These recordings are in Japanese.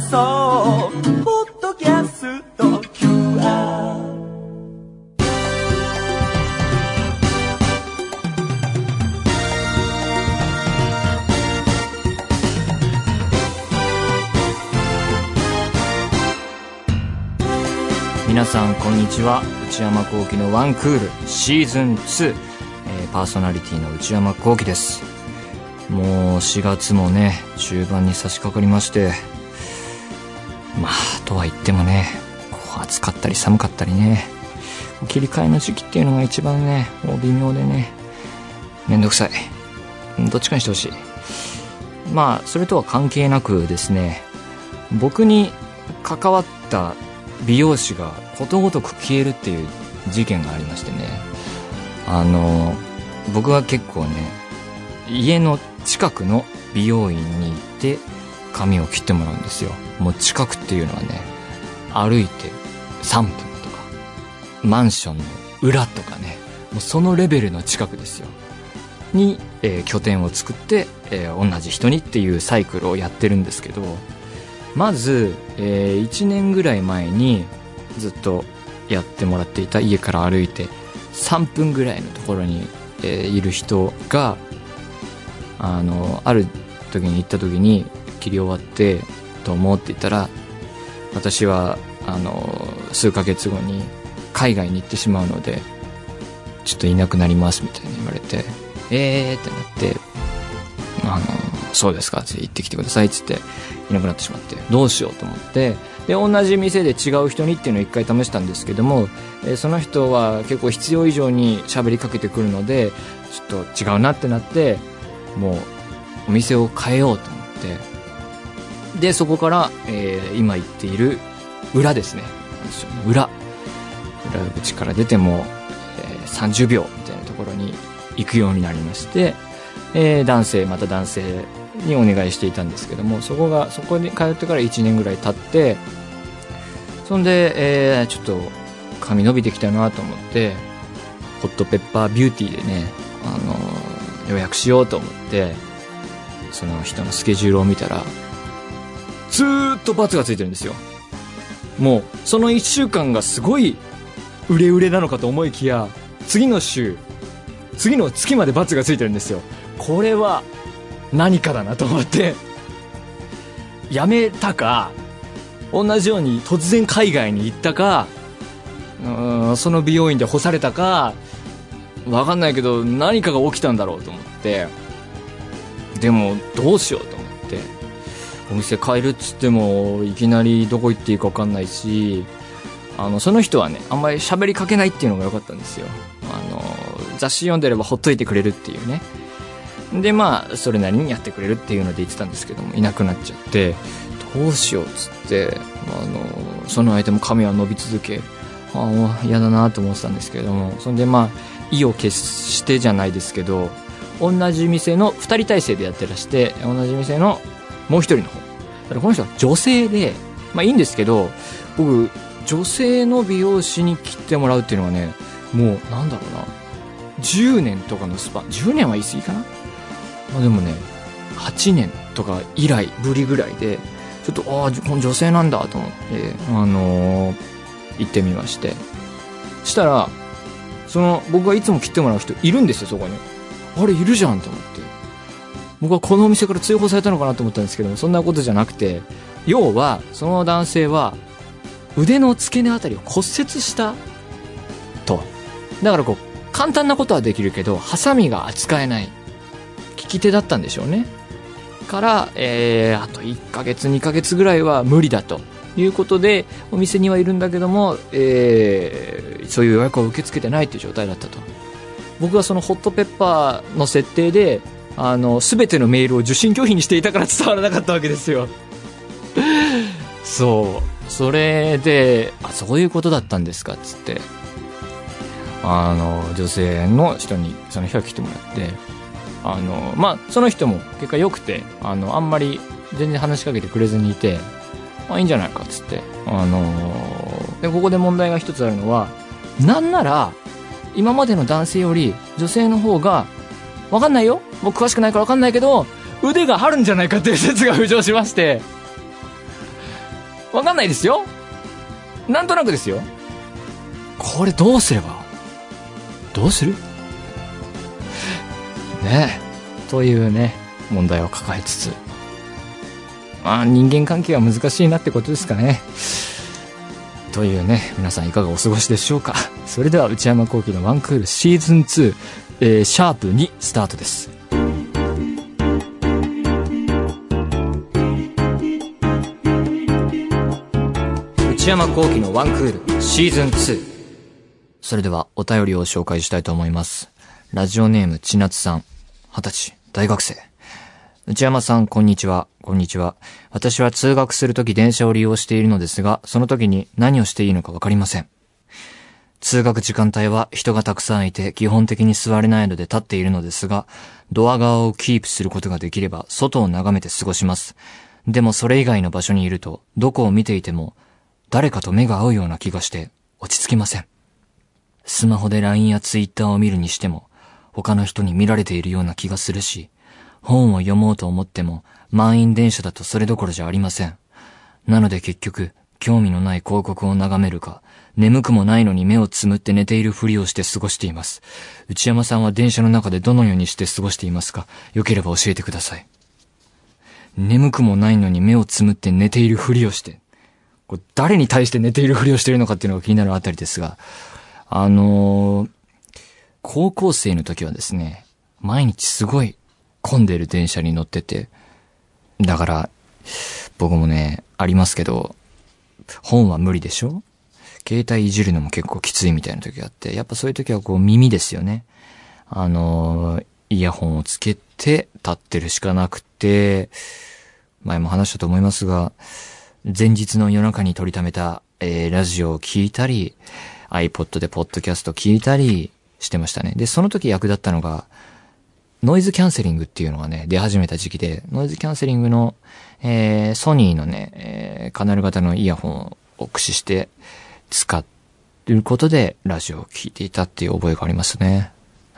送ポッドキャスト QR。 皆さんこんにちは。内山聖輝のワンクールシーズン2、パーソナリティの内山聖輝です。もう4月もね中盤に差し掛かりまして、まあとは言ってもねこう暑かったり寒かったりね、切り替えの時期っていうのが一番ねもう微妙でねめんどくさい。どっちかにしてほしい。まあそれとは関係なくですね、僕に関わった美容師がことごとく消えるっていう事件がありましてね、僕は結構ね家の近くの美容院に行って髪を切ってもらうんですよ。もう近くっていうのはね歩いて3分とかマンションの裏とかね、もうそのレベルの近くですよに、拠点を作って、同じ人にっていうサイクルをやってるんですけど、まず、1年ぐらい前にずっとやってもらっていた家から歩いて3分ぐらいのところに、いる人がある時に行った時に切り終わってどうもって言ったら、私は数ヶ月後に海外に行ってしまうのでちょっといなくなりますみたいに言われて、ってなって、そうですかって行ってきてくださいっつっていなくなってしまって、どうしようと思って、で同じ店で違う人にっていうのを一回試したんですけども、その人は結構必要以上に喋りかけてくるのでちょっと違うなってなって、もうお店を変えようと思って、でそこから、今行っている裏ですね、裏口から出ても、30秒みたいなところに行くようになりまして、また男性にお願いしていたんですけども、そこに通ってから1年ぐらい経って、そんで、ちょっと髪伸びてきたなと思ってホットペッパービューティーでね、予約しようと思ってその人のスケジュールを見たらずーっとバツがついてるんですよ。もうその1週間がすごい売れ売れなのかと思いきや、次の月までバツがついてるんですよ。これは何かだなと思ってやめたか、同じように突然海外に行ったか、その美容院で干されたか分かんないけど何かが起きたんだろうと思って、でもどうしようと思って、お店変えるっつってもいきなりどこ行っていいか分かんないし、その人はねあんまり喋りかけないっていうのが良かったんですよ。雑誌読んでればほっといてくれるっていうね。でまあそれなりにやってくれるっていうので言ってたんですけども、いなくなっちゃって、どうしようっつって、その間も髪は伸び続け、もう嫌だなと思ってたんですけれども、そんでまあ意を決してじゃないですけど、同じ店の2人体制でやってらして、同じ店のもう一人の方だからこの人は女性で、まあいいんですけど、僕女性の美容師に切ってもらうっていうのはね、もうなんだろうな、10年とかのスパン、10年は言い過ぎかな、まあ、でもね8年とか以来ぶりぐらいで、ちょっとこの女性なんだと思って行ってみまして、したら僕がいつも切ってもらう人いるんですよ、そこに。あれいるじゃんと思って、僕はこのお店から追放されたのかなと思ったんですけども、そんなことじゃなくて、要はその男性は腕の付け根あたりを骨折したと。だからこう簡単なことはできるけどハサミが扱えない利き手だったんでしょうね。から、あと1ヶ月2ヶ月ぐらいは無理だということで、お店にはいるんだけども、そういう予約を受け付けてないという状態だったと。僕はそのホットペッパーの設定で全てのメールを受信拒否にしていたから伝わらなかったわけですよ。それでそういうことだったんですかっつって、女性の人にその日は来てもらって、まあその人も結果良くて、あんまり全然話しかけてくれずにいて、いいんじゃないかっつって、でここで問題が一つあるのは、なんなら今までの男性より女性の方が、分かんないよ、僕詳しくないから分かんないけど腕があるんじゃないかっていう説が浮上しまして、 わかんないですよ。なんとなくですよ。これどうすれば、どうするねえ。というね、問題を抱えつつ。まあ人間関係は難しいなってことですかね。というね、皆さんいかがお過ごしでしょうか。それでは内山聖輝のワンクールシーズン2、シャープ2スタートです。内山聖輝のワンクールシーズン2。それではお便りを紹介したいと思います。ラジオネームちなつさん、20歳、大学生。内山さん、こんにちは。こんにちは。私は通学するとき電車を利用しているのですが、その時に何をしていいのかわかりません。通学時間帯は人がたくさんいて、基本的に座れないので立っているのですが、ドア側をキープすることができれば、外を眺めて過ごします。でもそれ以外の場所にいると、どこを見ていても、誰かと目が合うような気がして、落ち着きません。スマホで LINE や Twitter を見るにしても、他の人に見られているような気がするし、本を読もうと思っても満員電車だとそれどころじゃありません。なので結局興味のない広告を眺めるか、眠くもないのに目をつむって寝ているふりをして過ごしています。内山さんは電車の中でどのようにして過ごしていますか？よければ教えてください。眠くもないのに目をつむって寝ているふりをして、これ誰に対して寝ているふりをしているのかっていうのが気になるあたりですが、高校生の時はですね、毎日すごい混んでる電車に乗ってて、だから僕もねありますけど、本は無理でしょ。携帯いじるのも結構きついみたいな時があって、やっぱそういう時はこう耳ですよね。イヤホンをつけて立ってるしかなくて、前も話したと思いますが、前日の夜中に撮りためた、ラジオを聞いたり、iPod でポッドキャスト聞いたりしてましたね。でその時役立ったのがノイズキャンセリングっていうのがね、出始めた時期で、ノイズキャンセリングの、ソニーのね、カナル型のイヤホンを駆使して使うことでラジオを聞いていたっていう覚えがありますね。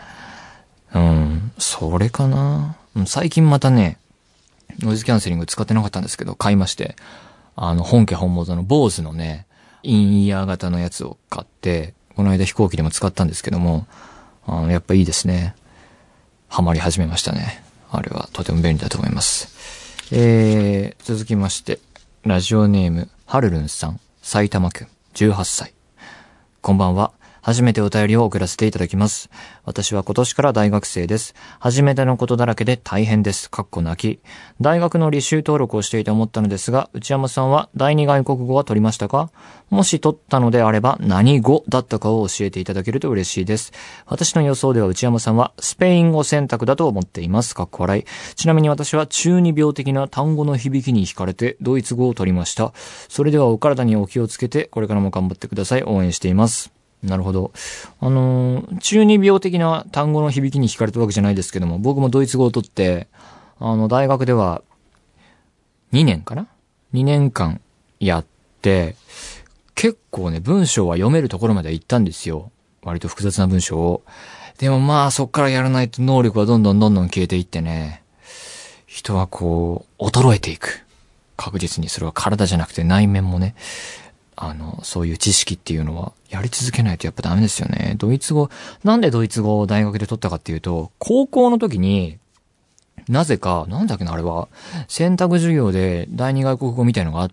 それかな。最近またね、ノイズキャンセリング使ってなかったんですけど、買いまして、本家本元の坊主のね、インイヤー型のやつを買って、この間飛行機でも使ったんですけども、やっぱいいですね。ハマり始めましたね。あれはとても便利だと思います。続きまして、ラジオネーム、はるるんさん、埼玉県、18歳。こんばんは。初めてお便りを送らせていただきます。私は今年から大学生です。初めてのことだらけで大変です。泣き。大学の履修登録をしていて思ったのですが、内山さんは第二外国語は取りましたか？もし取ったのであれば何語だったかを教えていただけると嬉しいです。私の予想では内山さんはスペイン語選択だと思っています。笑い。ちなみに私は中二病的な単語の響きに惹かれてドイツ語を取りました。それではお体にお気をつけてこれからも頑張ってください。応援しています。なるほど。中二病的な単語の響きに惹かれたわけじゃないですけども、僕もドイツ語を取って、大学では2年かな ?2 年間やって、結構ね、文章は読めるところまで行ったんですよ。割と複雑な文章を。でもまあ、そっからやらないと能力はどんどん消えていってね、人はこう、衰えていく。確実にそれは体じゃなくて内面もね、そういう知識っていうのはやり続けないとやっぱダメですよね。ドイツ語、なんでドイツ語を大学で取ったかっていうと、高校の時に、なぜか、なんだっけなあれは、選択授業で第二外国語みたいのがあって、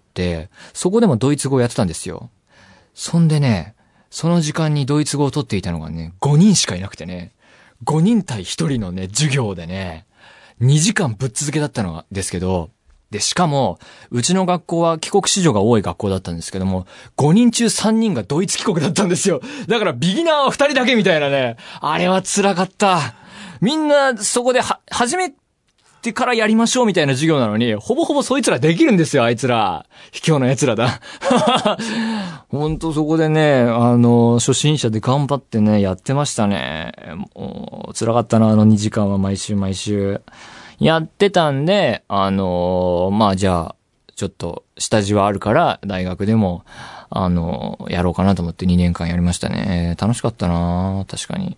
そこでもドイツ語をやってたんですよ。そんでね、その時間にドイツ語を取っていたのがね、5人しかいなくてね、5人対1人のね、授業でね、2時間ぶっ続けだったのですけど、で、しかも、うちの学校は帰国子女が多い学校だったんですけども、5人中3人がドイツ帰国だったんですよ。だからビギナーは2人だけみたいなね。あれは辛かった。みんなそこで初めてからやりましょうみたいな授業なのに、ほぼほぼそいつらできるんですよ、あいつら。卑怯な奴らだ。ほんとそこでね、初心者で頑張ってね、やってましたね。もう辛かったな、2時間は毎週。やってたんで、まあじゃあ、ちょっと下地はあるから、大学でも、やろうかなと思って2年間やりましたね。楽しかったな確かに。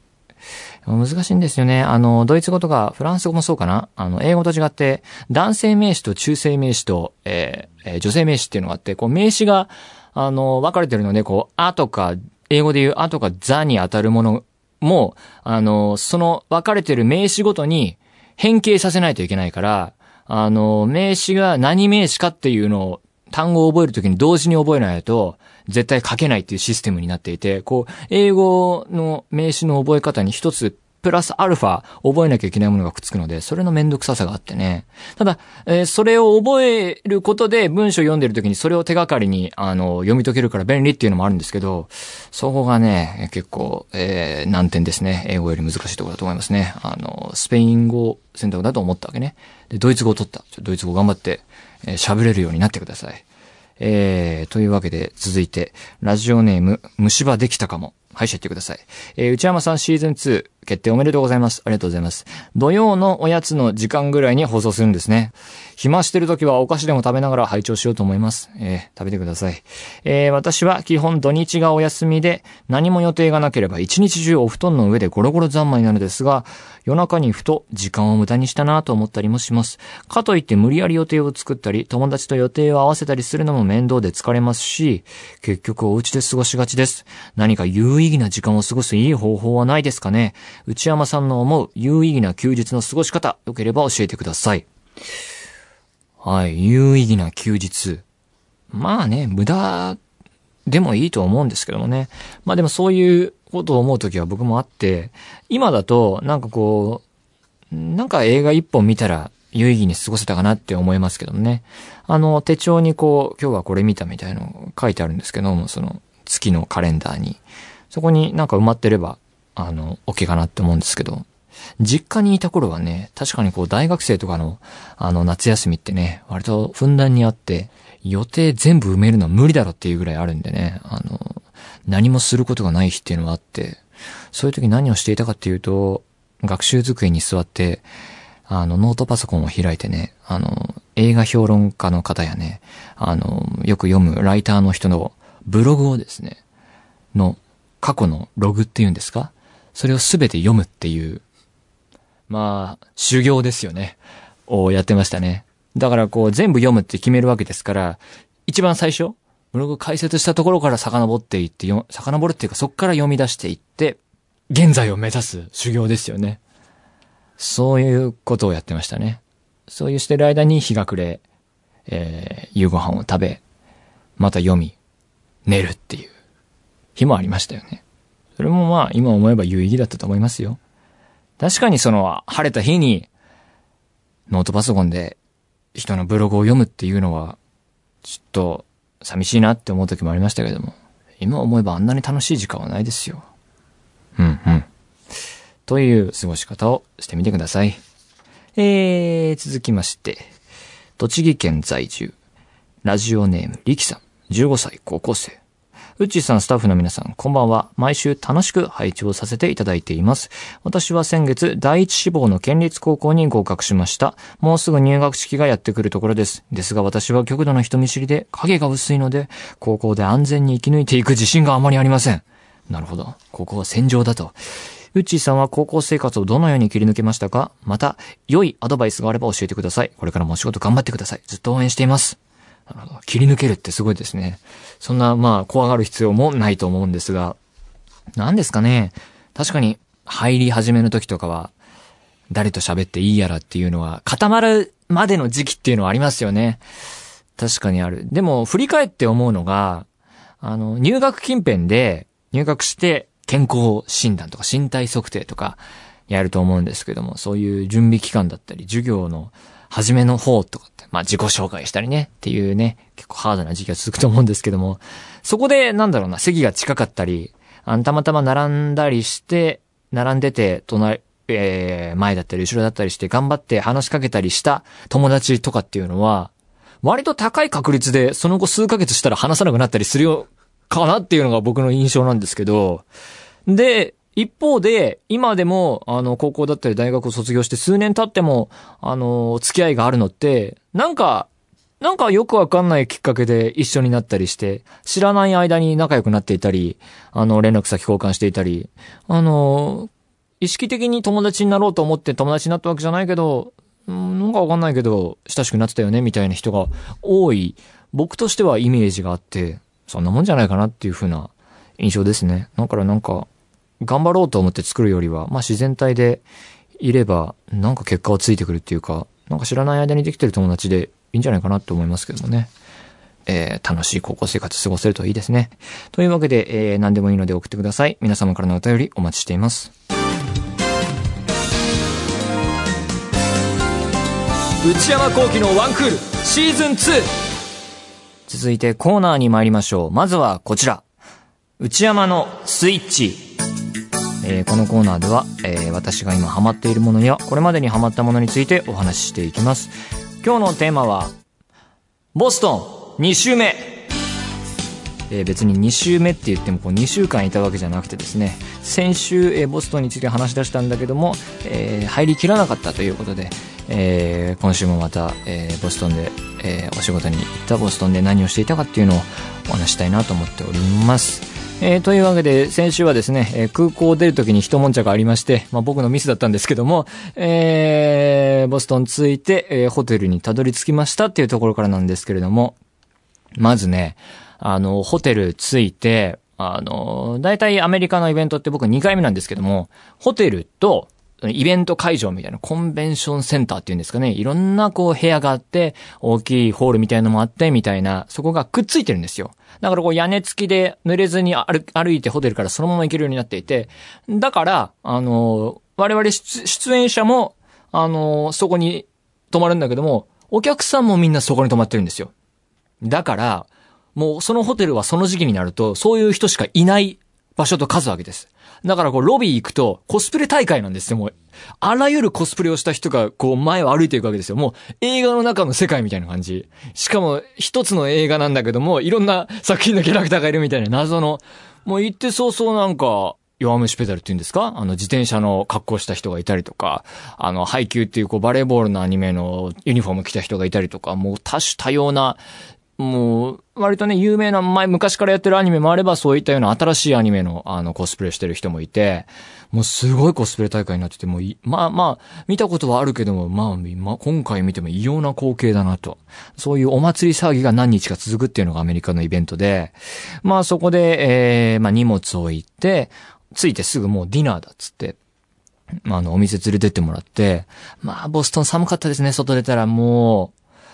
難しいんですよね。ドイツ語とかフランス語もそうかな。英語と違って、男性名詞と中性名詞と、女性名詞っていうのがあって、こう、名詞が、分かれてるので、こう、あとか、英語で言うあとかザに当たるものも、その分かれてる名詞ごとに変形させないといけないから、名詞が何名詞かっていうのを、単語を覚えるときに同時に覚えないと、絶対書けないっていうシステムになっていて、こう、英語の名詞の覚え方に一つ、プラスアルファ覚えなきゃいけないものがくっつくので、それのめんどくささがあってね。ただ、それを覚えることで文章を読んでるときにそれを手がかりに、読み解けるから便利っていうのもあるんですけど、そこがね、結構、難点ですね。英語より難しいところだと思いますね。スペイン語選択だと思ったわけね。で、ドイツ語を取った。ドイツ語頑張って、喋れるようになってください。というわけで続いて、ラジオネーム、虫歯できたかも。はい、知ってください。内山さんシーズン2決定おめでとうございます。ありがとうございます。土曜のおやつの時間ぐらいに放送するんですね。暇してるときはお菓子でも食べながら拝聴しようと思います。食べてください。私は基本土日がお休みで何も予定がなければ一日中お布団の上でゴロゴロ三昧なのですが、夜中にふと時間を無駄にしたなと思ったりもします。かといって無理やり予定を作ったり、友達と予定を合わせたりするのも面倒で疲れますし、結局お家で過ごしがちです。何か有意義な時間を過ごすいい方法はないですかね。内山さんの思う有意義な休日の過ごし方、よければ教えてください。はい、有意義な休日。まあね、無駄でもいいと思うんですけどもね。まあでもそういうことを思うときは僕もあって、今だとなんかこう、なんか映画一本見たら有意義に過ごせたかなって思いますけどもね。手帳にこう、今日はこれ見たみたいなの書いてあるんですけども、その月のカレンダーに。そこになんか埋まってれば、OK かなって思うんですけど。実家にいた頃はね、確かにこう大学生とかの夏休みってね、割とふんだんにあって、予定全部埋めるのは無理だろっていうぐらいあるんでね、何もすることがない日っていうのはあって、そういう時何をしていたかっていうと、学習机に座って、ノートパソコンを開いてね、映画評論家の方やね、よく読むライターの人のブログをですね、の過去のログっていうんですか？それをすべて読むっていう、まあ、修行ですよね。をやってましたね。だからこう全部読むって決めるわけですから、一番最初、ブログ解説したところから遡っていって、遡るっていうかそこから読み出していって、現在を目指す修行ですよね。そういうことをやってましたね。そういうしてる間に日が暮れ、夕ご飯を食べ、また読み、寝るっていう日もありましたよね。それもまあ今思えば有意義だったと思いますよ。確かにその晴れた日にノートパソコンで人のブログを読むっていうのはちょっと寂しいなって思う時もありましたけども、今思えばあんなに楽しい時間はないですよ。という過ごし方をしてみてください。続きまして、栃木県在住、ラジオネームリキさん、15歳高校生。ウッチーさん、スタッフの皆さん、こんばんは。毎週楽しく拝聴させていただいています。私は先月、第一志望の県立高校に合格しました。もうすぐ入学式がやってくるところです。ですが私は極度の人見知りで影が薄いので、高校で安全に生き抜いていく自信があまりありません。なるほど。ここは戦場だと。ウッチーさんは高校生活をどのように切り抜けましたか？また、良いアドバイスがあれば教えてください。これからもお仕事頑張ってください。ずっと応援しています。なるほど。切り抜けるってすごいですね。そんな、まあ、怖がる必要もないと思うんですが、何ですかね。確かに、入り始めの時とかは、誰と喋っていいやらっていうのは、固まるまでの時期っていうのはありますよね。確かにある。でも、振り返って思うのが、入学近辺で、入学して、健康診断とか身体測定とか、やると思うんですけども、そういう準備期間だったり、授業の初めの方とかって、まあ自己紹介したりねっていうね、結構ハードな時期が続くと思うんですけども、そこでなんだろうな、席が近かったり、たまたま並んでて、前だったり後ろだったりして頑張って話しかけたりした友達とかっていうのは、割と高い確率でその後数ヶ月したら話さなくなったりするよ、かなっていうのが僕の印象なんですけど、で、一方で、今でも、高校だったり大学を卒業して数年経っても、付き合いがあるのって、なんかよくわかんないきっかけで一緒になったりして、知らない間に仲良くなっていたり、連絡先交換していたり、 意識的に友達になろうと思って友達になったわけじゃないけど、なんかわかんないけど、親しくなってたよね、みたいな人が多い、僕としてはイメージがあって、そんなもんじゃないかなっていう風な印象ですね。だからなんか、頑張ろうと思って作るよりは、まあ自然体でいれば、なんか結果はついてくるっていうか、なんか知らない間にできてる友達でいいんじゃないかなって思いますけどもね。楽しい高校生活過ごせるといいですね。というわけで、何でもいいので送ってください。皆様からのお便りお待ちしています。内山聖輝のワンクールシーズン2。続いてコーナーに参りましょう。まずはこちら。内山のスイッチ。このコーナーでは、私が今ハマっているものやこれまでにハマったものについてお話ししていきます。今日のテーマはボストン2週目。別に2週目って言ってもこう2週間いたわけじゃなくてですね、先週、ボストンについて話し出したんだけども、入りきらなかったということで、今週もまた、ボストンで、お仕事に行ったボストンで何をしていたかっていうのをお話したいなと思っております。というわけで先週はですね、空港を出るときに一悶着ありまして、まあ僕のミスだったんですけども、ボストン着いて、ホテルにたどり着きましたっていうところからなんですけれども、まずね、ホテル着いて、だいたいアメリカのイベントって僕2回目なんですけども、ホテルとイベント会場みたいなコンベンションセンターっていうんですかね、いろんなこう部屋があって、大きいホールみたいなのもあってみたいな、そこがくっついてるんですよ。だからこう屋根付きで濡れずに歩いてホテルからそのまま行けるようになっていて、だから、我々出演者も、そこに泊まるんだけども、お客さんもみんなそこに泊まってるんですよ。だから、もうそのホテルはその時期になると、そういう人しかいない場所と数わけです。だからこうロビー行くとコスプレ大会なんですよ。もうあらゆるコスプレをした人がこう前を歩いていくわけですよ。もう映画の中の世界みたいな感じ。しかも一つの映画なんだけども、いろんな作品のキャラクターがいるみたいな謎の、もう行って早々なんか弱虫ペダルっていうんですか、自転車の格好した人がいたりとか、ハイキューっていうこうバレーボールのアニメのユニフォーム着た人がいたりとか、もう多種多様な、もう、割とね、有名な昔からやってるアニメもあれば、そういったような新しいアニメの、コスプレしてる人もいて、もうすごいコスプレ大会になってて、もうまあ、見たことはあるけども、今回見ても異様な光景だなと。そういうお祭り騒ぎが何日か続くっていうのがアメリカのイベントで、まあそこで、荷物を置いて、着いてすぐもうディナーだっつって、お店連れてってもらって、まあ、ボストン寒かったですね、外出たらもう、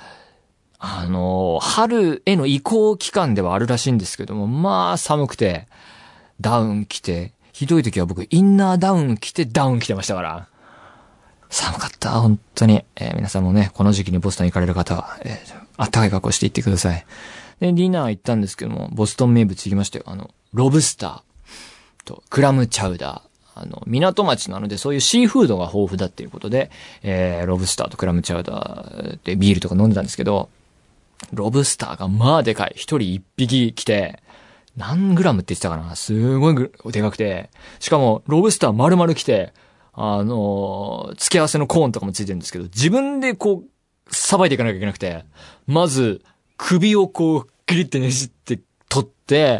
春への移行期間ではあるらしいんですけども、まあ寒くて、ダウン着て、ひどい時は僕インナーダウン着てダウン着てましたから。寒かった、本当に。皆さんもね、この時期にボストン行かれる方は、あったかい格好して行ってください。で、ディナー行ったんですけども、ボストン名物行きましたよ。ロブスターとクラムチャウダー。港町なのでそういうシーフードが豊富だっていうことで、ロブスターとクラムチャウダーでビールとか飲んでたんですけど、ロブスターがまあでかい。一人一匹来て、何グラムって言ってたかな、すごいでかくて、しかもロブスター丸々来て、付け合わせのコーンとかもついてるんですけど、自分でこう、さばいていかなきゃいけなくて、まず、首をこう、ギリってねじって取って、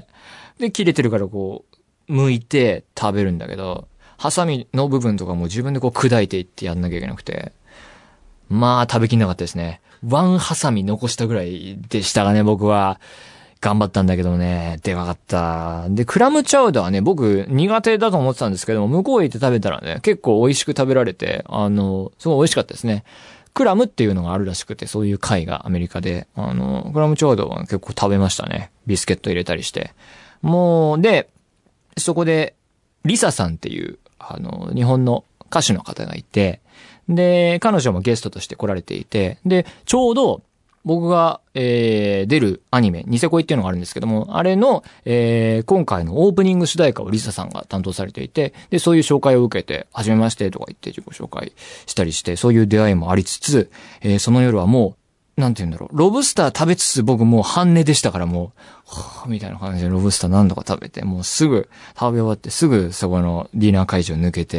で、切れてるからこう、剥いて食べるんだけど、ハサミの部分とかも自分でこう砕いていってやんなきゃいけなくて、まあ食べきんなかったですね。ワンハサミ残したぐらいでしたがね、僕は。頑張ったんだけどね、でかかった。で、クラムチャウダーはね、僕苦手だと思ってたんですけども、向こう行って食べたらね、結構美味しく食べられて、すごい美味しかったですね。クラムっていうのがあるらしくて、そういう会がアメリカで、クラムチャウダーは結構食べましたね。ビスケット入れたりして。もう、で、そこで、リサさんっていう、日本の歌手の方がいて、で、彼女もゲストとして来られていて、で、ちょうど、僕が、出るアニメ、ニセ恋っていうのがあるんですけども、あれの、今回のオープニング主題歌をリサさんが担当されていて、で、そういう紹介を受けて、はじめましてとか言って自己紹介したりして、そういう出会いもありつつ、その夜はもう、なんて言うんだろう、ロブスター食べつつ僕もう半寝でしたからもう、はぁ、みたいな感じでロブスター何度か食べて、もうすぐ食べ終わってすぐそこのディナー会場抜けて、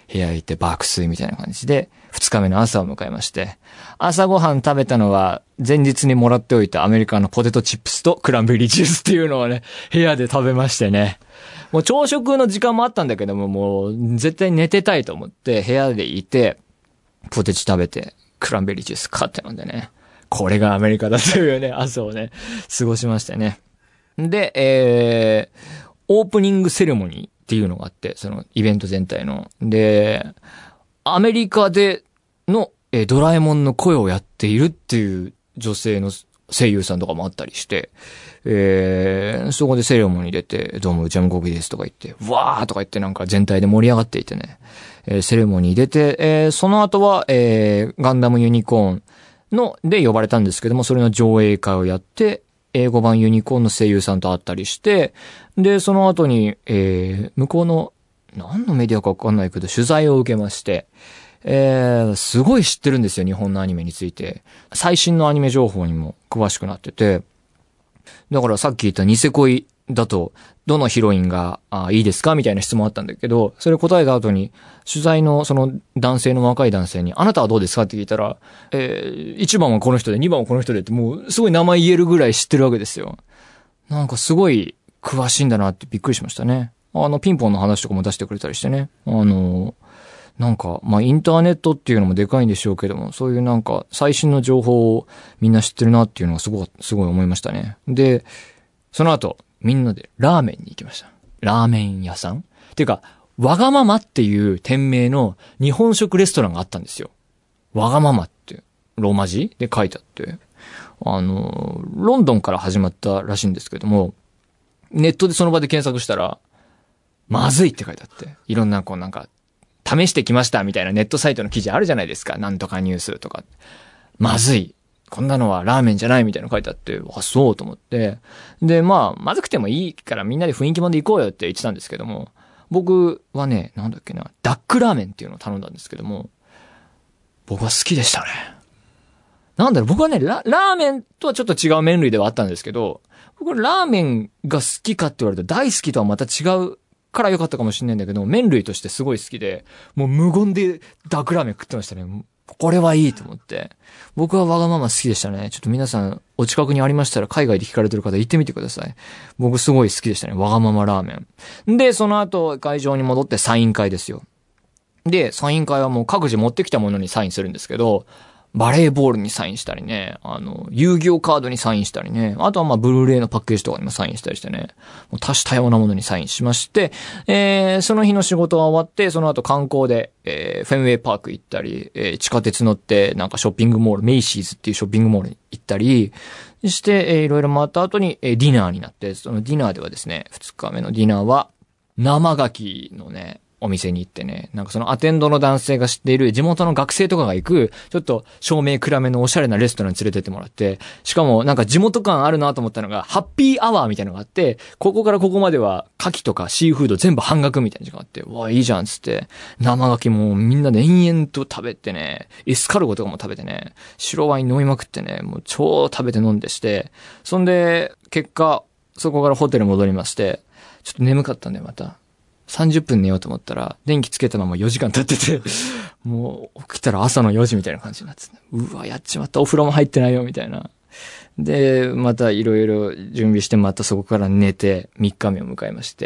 部屋行って爆睡みたいな感じで、2日目の朝を迎えまして、朝ごはん食べたのは、前日にもらっておいたアメリカのポテトチップスとクランベリージュースっていうのをね、部屋で食べましてね。もう朝食の時間もあったんだけども、もう絶対寝てたいと思って部屋でいて、ポテチ食べて、クランベリージュース買って飲んでね。これがアメリカだというね、朝をね、過ごしましてね。で、オープニングセレモニーっていうのがあって、そのイベント全体の。で、アメリカでの、ドラえもんの声をやっているっていう女性の声優さんとかもあったりして、そこでセレモニー出て、どうも内山聖輝ですとか言って、わーとか言ってなんか全体で盛り上がっていてね、セレモニー出て、その後は、ガンダムユニコーンの、で呼ばれたんですけども、それの上映会をやって、英語版ユニコーンの声優さんと会ったりして、で、その後に、向こうの、何のメディアかわかんないけど、取材を受けまして、すごい知ってるんですよ、日本のアニメについて。最新のアニメ情報にも詳しくなってて。だからさっき言ったニセ恋だと、どのヒロインがいいですかみたいな質問あったんだけど、それ答えた後に、取材のその男性の若い男性に、あなたはどうですかって聞いたら、1番はこの人で、2番はこの人でって、もうすごい名前言えるぐらい知ってるわけですよ。なんかすごい詳しいんだなってびっくりしましたね。ピンポンの話とかも出してくれたりしてね。なんか、まあ、インターネットっていうのもでかいんでしょうけども、そういうなんか、最新の情報をみんな知ってるなっていうのがすごい思いましたね。で、その後、みんなでラーメンに行きました。ラーメン屋さんっていうか、わがままっていう店名の日本食レストランがあったんですよ。わがままって、ローマ字で書いてあって、ロンドンから始まったらしいんですけども、ネットでその場で検索したら、まずいって書いてあって、いろんなこうなんか、試してきましたみたいなネットサイトの記事あるじゃないですか。なんとかニュースとか。まずい。こんなのはラーメンじゃないみたいなの書いてあって、あ、そうと思って。で、まあ、まずくてもいいからみんなで雰囲気もんで行こうよって言ってたんですけども、僕はね、なんだっけな、ダックラーメンっていうのを頼んだんですけども、僕は好きでしたね。なんだろう、僕はね、ラーメンとはちょっと違う麺類ではあったんですけど、僕はラーメンが好きかって言われると大好きとはまた違うから良かったかもしれないんだけど、麺類としてすごい好きで、もう無言でダックラーメン食ってましたね。これはいいと思って。僕はわがまま好きでしたね。ちょっと皆さんお近くにありましたら海外で聞かれてる方行ってみてください。僕すごい好きでしたね。わがままラーメン。で、その後会場に戻ってサイン会ですよ。で、サイン会はもう各自持ってきたものにサインするんですけど、バレーボールにサインしたりね、遊戯王カードにサインしたりね、あとはまあブルーレイのパッケージとかにもサインしたりしてね、もう多種多様なものにサインしまして、その日の仕事が終わって、その後観光で、フェンウェイパーク行ったり、地下鉄乗ってなんかショッピングモール、メイシーズっていうショッピングモールに行ったり、して、いろいろ回った後に、ディナーになって、そのディナーではですね、2日目のディナーは、生牡蠣のね、お店に行ってね、なんかそのアテンドの男性が知っている地元の学生とかが行く、ちょっと照明暗めのおしゃれなレストランに連れてってもらって、しかもなんか地元感あるなと思ったのが、ハッピーアワーみたいなのがあって、ここからここまでは牡蠣とかシーフード全部半額みたいな時間があって、わあいいじゃんっつって、生牡蠣もみんなで延々と食べてね、エスカルゴとかも食べてね、白ワイン飲みまくってね、もう超食べて飲んでして、そんで、結果、そこからホテル戻りまして、ちょっと眠かったんだよ、また。30分寝ようと思ったら、電気つけたまま4時間経ってて、もう起きたら朝の4時みたいな感じになってて、うわ、やっちまった、お風呂も入ってないよ、みたいな。で、またいろいろ準備して、またそこから寝て、3日目を迎えまして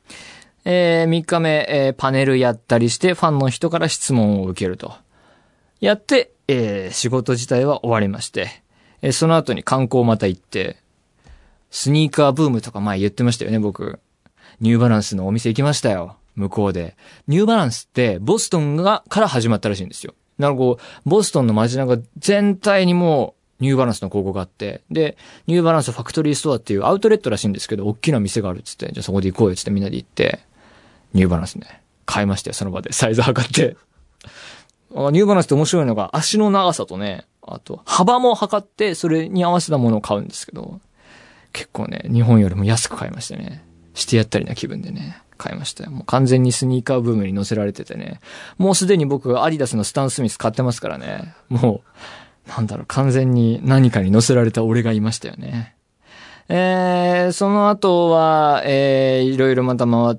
、3日目、パネルやったりして、ファンの人から質問を受けると。やって、仕事自体は終わりまして、その後に観光また行って、スニーカーブームとか前言ってましたよね、僕。ニューバランスのお店行きましたよ。向こうで。ニューバランスってボストンから始まったらしいんですよ。なるほど、ボストンの街中全体にもニューバランスの広告があって、で、ニューバランスファクトリーストアっていうアウトレットらしいんですけど、大きな店があるっつって、じゃあそこで行こうよっつってみんなで行って、ニューバランスね、買いましたよ、その場で。サイズ測って。ニューバランスって面白いのが足の長さとね、あと幅も測ってそれに合わせたものを買うんですけど、結構ね、日本よりも安く買いましたね。してやったりな気分でね、買いましたよ。もう完全にスニーカーブームに乗せられててね。もうすでに僕はアディダスのスタンスミス買ってますからね。もう、なんだろう、完全に何かに乗せられた俺がいましたよね。 その後は、いろいろまた回って、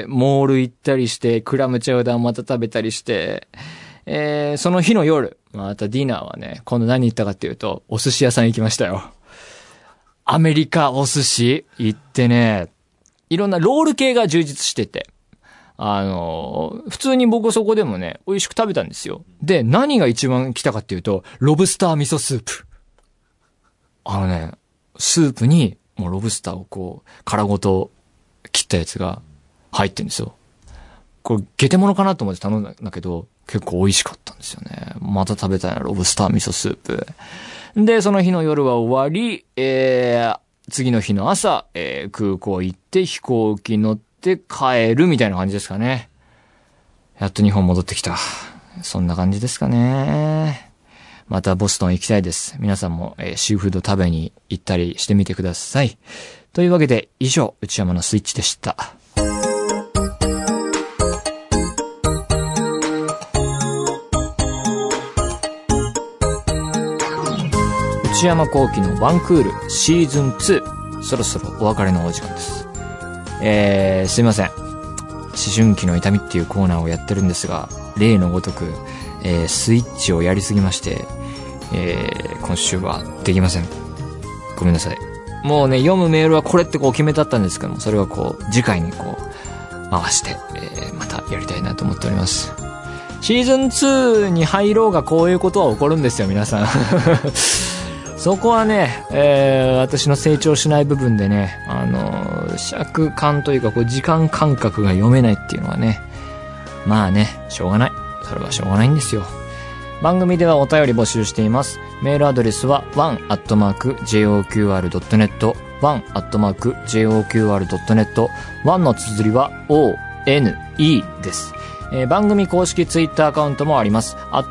モール行ったりして、クラムチャウダーまた食べたりして、その日の夜、またディナーはね、今度何行ったかっていうと、お寿司屋さん行きましたよ。アメリカお寿司行ってね、いろんなロール系が充実してて、普通に僕そこでもね、美味しく食べたんですよ。で、何が一番来たかっていうと、ロブスター味噌スープ。スープに、もうロブスターをこう、殻ごと切ったやつが入ってるんですよ。これ、ゲテモノかなと思って頼んだんだけど、結構美味しかったんですよね。また食べたいな、ロブスター味噌スープ。で、その日の夜は終わり、次の日の朝、空港行って飛行機乗って帰るみたいな感じですかね。やっと日本戻ってきた。そんな感じですかね。またボストン行きたいです。皆さんも、シーフード食べに行ったりしてみてください。というわけで、以上、内山のスイッチでした。内山聖輝のワンクールシーズン2、そろそろお別れのお時間です。すいません。思春期の痛みっていうコーナーをやってるんですが、例のごとく、スイッチをやりすぎまして、今週はできません。ごめんなさい。もうね、読むメールはこれってこう決めてあったんですけども、それはこう、次回にこう、回して、またやりたいなと思っております。シーズン2に入ろうがこういうことは起こるんですよ、皆さん。そこはね、私の成長しない部分でね、尺感というか、こう、時間感覚が読めないっていうのはね、まあね、しょうがない。それはしょうがないんですよ。番組ではお便り募集しています。メールアドレスは one@joqr.net one@joqr.net 1の綴りは ONE です。番組公式ツイッターアカウントもあります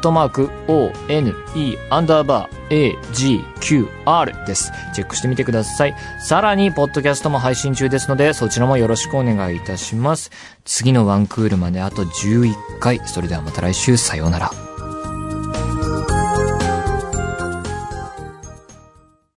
。@ONE_AGQR です。チェックしてみてください。さらに、ポッドキャストも配信中ですので、そちらもよろしくお願いいたします。次のワンクールまであと11回。それではまた来週、さようなら。